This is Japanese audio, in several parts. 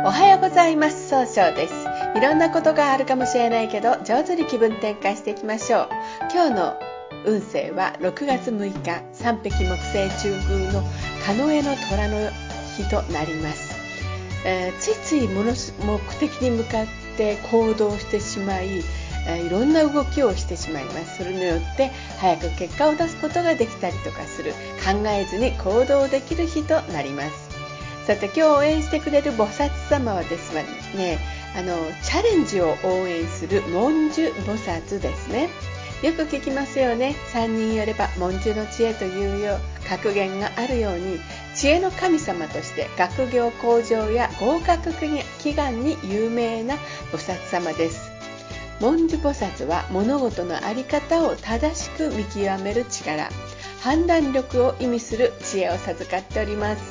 おはようございます。総称です。いろんなことがあるかもしれないけど、上手に気分転換していきましょう。今日の運勢は6月6日、三匹木星中宮の庚午の虎の日となります。ついつい目的に向かって行動してしまい、いろんな動きをしてしまいます。それによって早く結果を出すことができたりとかする、考えずに行動できる日となります。さて、今日応援してくれる菩薩様はですね、チャレンジを応援する文殊菩薩ですね。よく聞きますよね。3人よれば文殊の知恵というよう格言があるように、知恵の神様として学業向上や合格祈願に有名な菩薩様です。文殊菩薩は物事の在り方を正しく見極める力、判断力を意味する知恵を授かっております。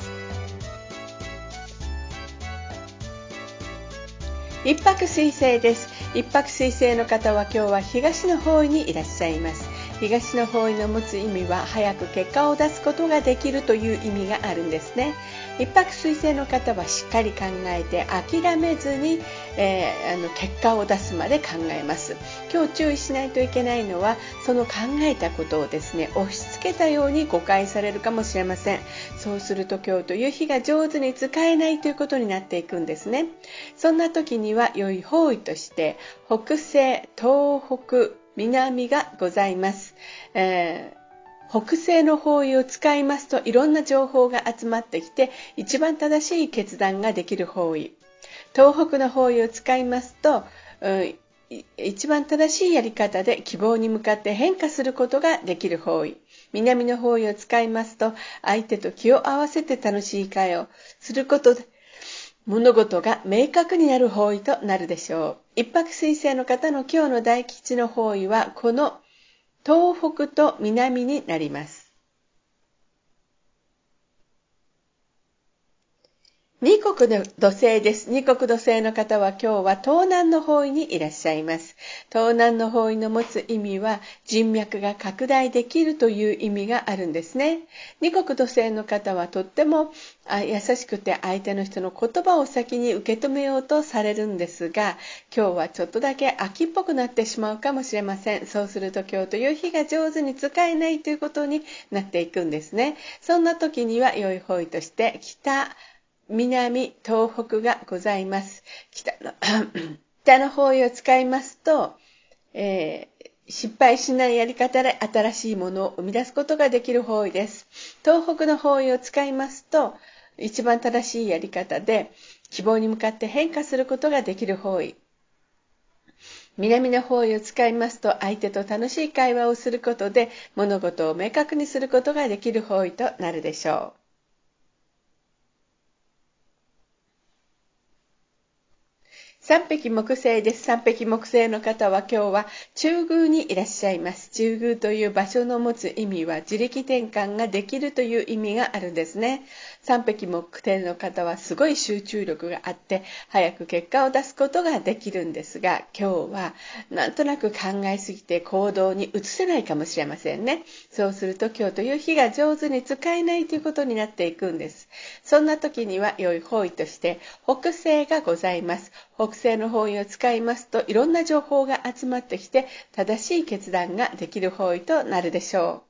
一泊水星です。一泊水星の方は今日は東の方位にいらっしゃいます。東の方位の持つ意味は早く結果を出すことができるという意味があるんですね。一泊水星の方はしっかり考えて諦めずに、結果を出すまで考えます。今日注意しないといけないのは、その考えたことをですね、押し付けたように誤解されるかもしれません。そうすると今日という日が上手に使えないということになっていくんですね。そんな時には良い方位として北西、東北、南がございます。北西の方位を使いますといろんな情報が集まってきて一番正しい決断ができる方位。東北の方位を使いますと、一番正しいやり方で希望に向かって変化することができる方位。南の方位を使いますと相手と気を合わせて楽しい会をすることで物事が明確になる方位となるでしょう。一泊水星の方の今日の大吉の方位はこの東北と南になります。二国の土星です。二国土星の方は今日は東南の方位にいらっしゃいます。東南の方位の持つ意味は人脈が拡大できるという意味があるんですね。二国土星の方はとっても優しくて相手の人の言葉を先に受け止めようとされるんですが、今日はちょっとだけ秋っぽくなってしまうかもしれません。そうすると今日という日が上手に使えないということになっていくんですね。そんな時には良い方位として北、南、東北がございます。北の方位を使いますと、失敗しないやり方で新しいものを生み出すことができる方位です。東北の方位を使いますと、一番正しいやり方で希望に向かって変化することができる方位。南の方位を使いますと、相手と楽しい会話をすることで物事を明確にすることができる方位となるでしょう。三匹木星です。三匹木星の方は今日は中宮にいらっしゃいます。中宮という場所の持つ意味は自力転換ができるという意味があるんですね。三匹木星の方はすごい集中力があって早く結果を出すことができるんですが、今日はなんとなく考えすぎて行動に移せないかもしれませんね。そうすると今日という日が上手に使えないということになっていくんです。そんな時には良い方位として北西がございます。北西の方位を使いますといろんな情報が集まってきて正しい決断ができる方位となるでしょう。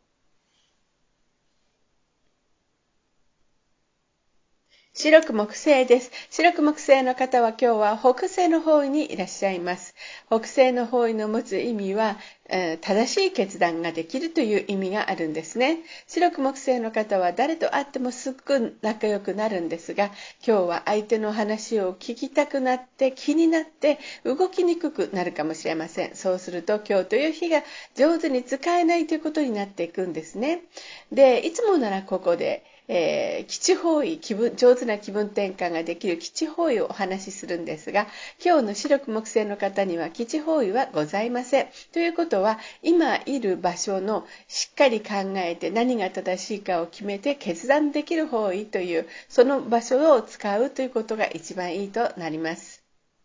白く木星です。白く木星の方は今日は北西の方位にいらっしゃいます。北西の方位の持つ意味は、正しい決断ができるという意味があるんですね。白く木星の方は誰と会ってもすっごく仲良くなるんですが、今日は相手の話を聞きたくなって気になって動きにくくなるかもしれません。そうすると今日という日が上手に使えないということになっていくんですね。で、いつもならここで基地方位、上手な気分転換ができる基地方位をお話しするんですが、今日の白く木星の方には基地方位はございません。ということは、今いる場所のしっかり考えて何が正しいかを決めて決断できる方位という、その場所を使うということが一番いいとなります。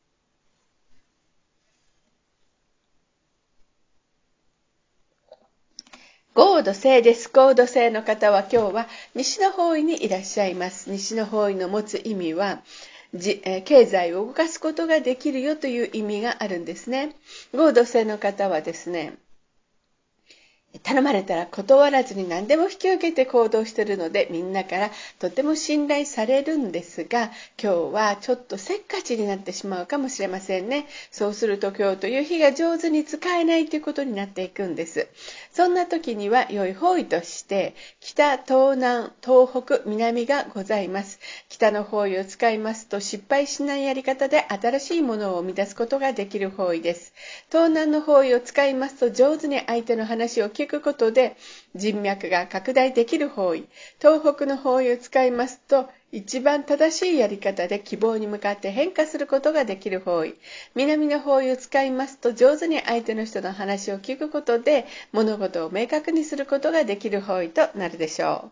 合土星です。合土星の方は今日は西の方位にいらっしゃいます。西の方位の持つ意味は、 経済を動かすことができるよという意味があるんですね。合土星の方はですね、頼まれたら断らずに何でも引き受けて行動しているので、みんなからとても信頼されるんですが、今日はちょっとせっかちになってしまうかもしれませんね。そうすると今日という日が上手に使えないということになっていくんです。そんな時には良い方位として北、東南、東北、南がございます。北の方位を使いますと失敗しないやり方で新しいものを生み出すことができる方位です。東南の方位を使いますと上手に相手の話を聞くことで人脈が拡大できる方位。東北の方位を使いますと一番正しいやり方で希望に向かって変化することができる方位。南の方位を使いますと上手に相手の人の話を聞くことで物事を明確にすることができる方位となるでしょう。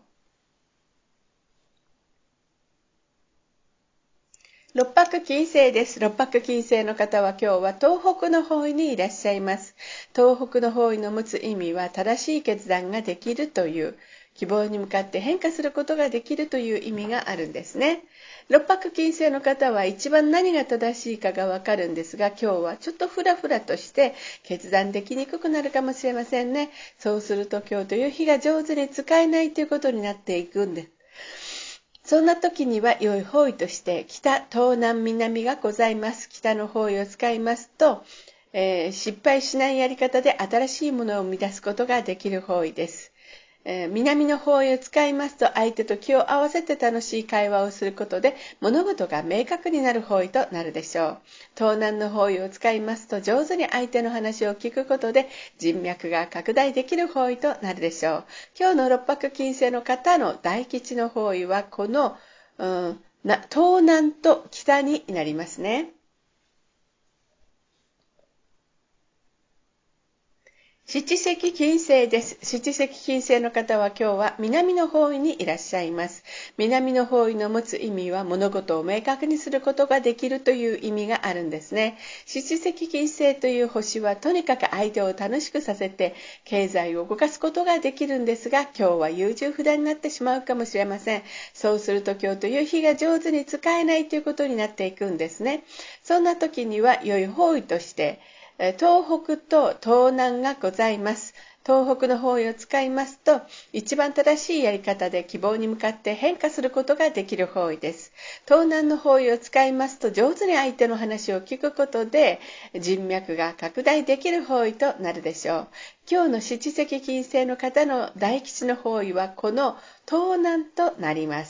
六白金星です。六白金星の方は今日は東北の方位にいらっしゃいます。東北の方位の持つ意味は正しい決断ができるという、希望に向かって変化することができるという意味があるんですね。六白金星の方は一番何が正しいかがわかるんですが、今日はちょっとフラフラとして決断できにくくなるかもしれませんね。そうすると今日という日が上手に使えないということになっていくんです。そんな時には良い方位として北、東南、南がございます。北の方位を使いますと、失敗しないやり方で新しいものを生み出すことができる方位です。南の方位を使いますと相手と気を合わせて楽しい会話をすることで物事が明確になる方位となるでしょう。東南の方位を使いますと上手に相手の話を聞くことで人脈が拡大できる方位となるでしょう。今日の六白金星の方の大吉の方位はこの、東南と北になりますね。七石金星です。七石金星の方は今日は南の方位にいらっしゃいます。南の方位の持つ意味は物事を明確にすることができるという意味があるんですね。七石金星という星はとにかく相手を楽しくさせて経済を動かすことができるんですが、今日は優柔不断になってしまうかもしれません。そうすると今日という日が上手に使えないということになっていくんですね。そんな時には良い方位として東北と東南がございます。東北の方位を使いますと一番正しいやり方で希望に向かって変化することができる方位です。東南の方位を使いますと上手に相手の話を聞くことで人脈が拡大できる方位となるでしょう。今日の七石金星の方の大吉の方位はこの東南となります。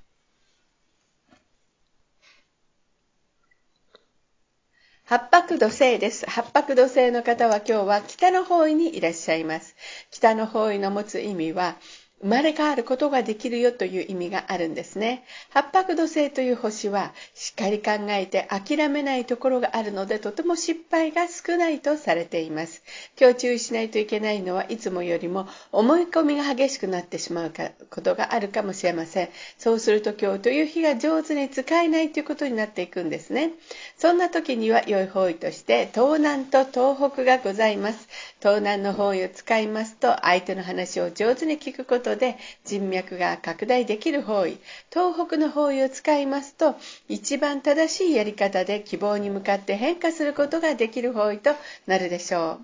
八白土星です。八白土星の方は今日は北の方位にいらっしゃいます。北の方位の持つ意味は生まれ変わることができるよという意味があるんですね。八白土星という星はしっかり考えて諦めないところがあるのでとても失敗が少ないとされています。今日注意しないといけないのはいつもよりも思い込みが激しくなってしまうことがあるかもしれません。そうすると今日という日が上手に使えないということになっていくんですね。そんな時には良い方位として東南と東北がございます。東南の方位を使いますと相手の話を上手に聞くことで人脈が拡大できる方位。東北の方位を使いますと一番正しいやり方で希望に向かって変化することができる方位となるでしょう。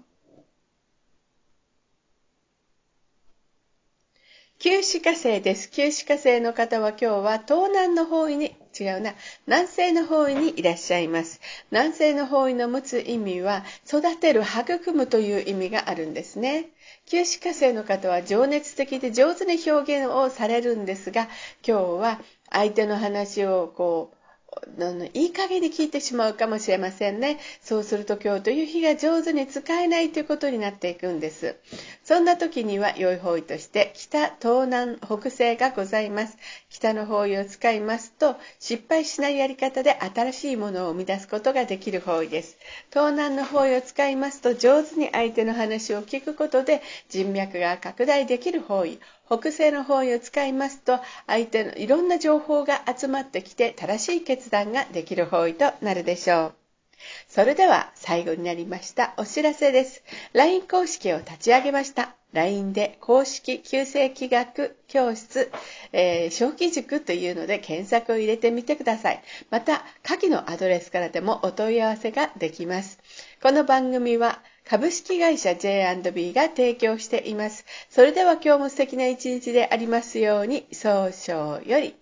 九死火星です。九死火星の方は今日は東南の方位に南西の方位にいらっしゃいます。南西の方位の持つ意味は育てる、育むという意味があるんですね。九死火星の方は情熱的で上手に表現をされるんですが、今日は相手の話をいい加減に聞いてしまうかもしれませんね。そうすると今日という日が上手に使えないということになっていくんです。そんな時には良い方位として北、東南、北西がございます。北の方位を使いますと失敗しないやり方で新しいものを生み出すことができる方位です。東南の方位を使いますと上手に相手の話を聞くことで人脈が拡大できる方位。北西の方位を使いますと相手のいろんな情報が集まってきて正しい決断ができる方位となるでしょう。 それでは最後になりましたお知らせです。LINE 公式を立ち上げました。LINE で公式旧世紀学教室、小規塾というので検索を入れてみてください。また下記のアドレスからでもお問い合わせができます。この番組は株式会社 J&B が提供しています。それでは今日も素敵な一日でありますように。早々より。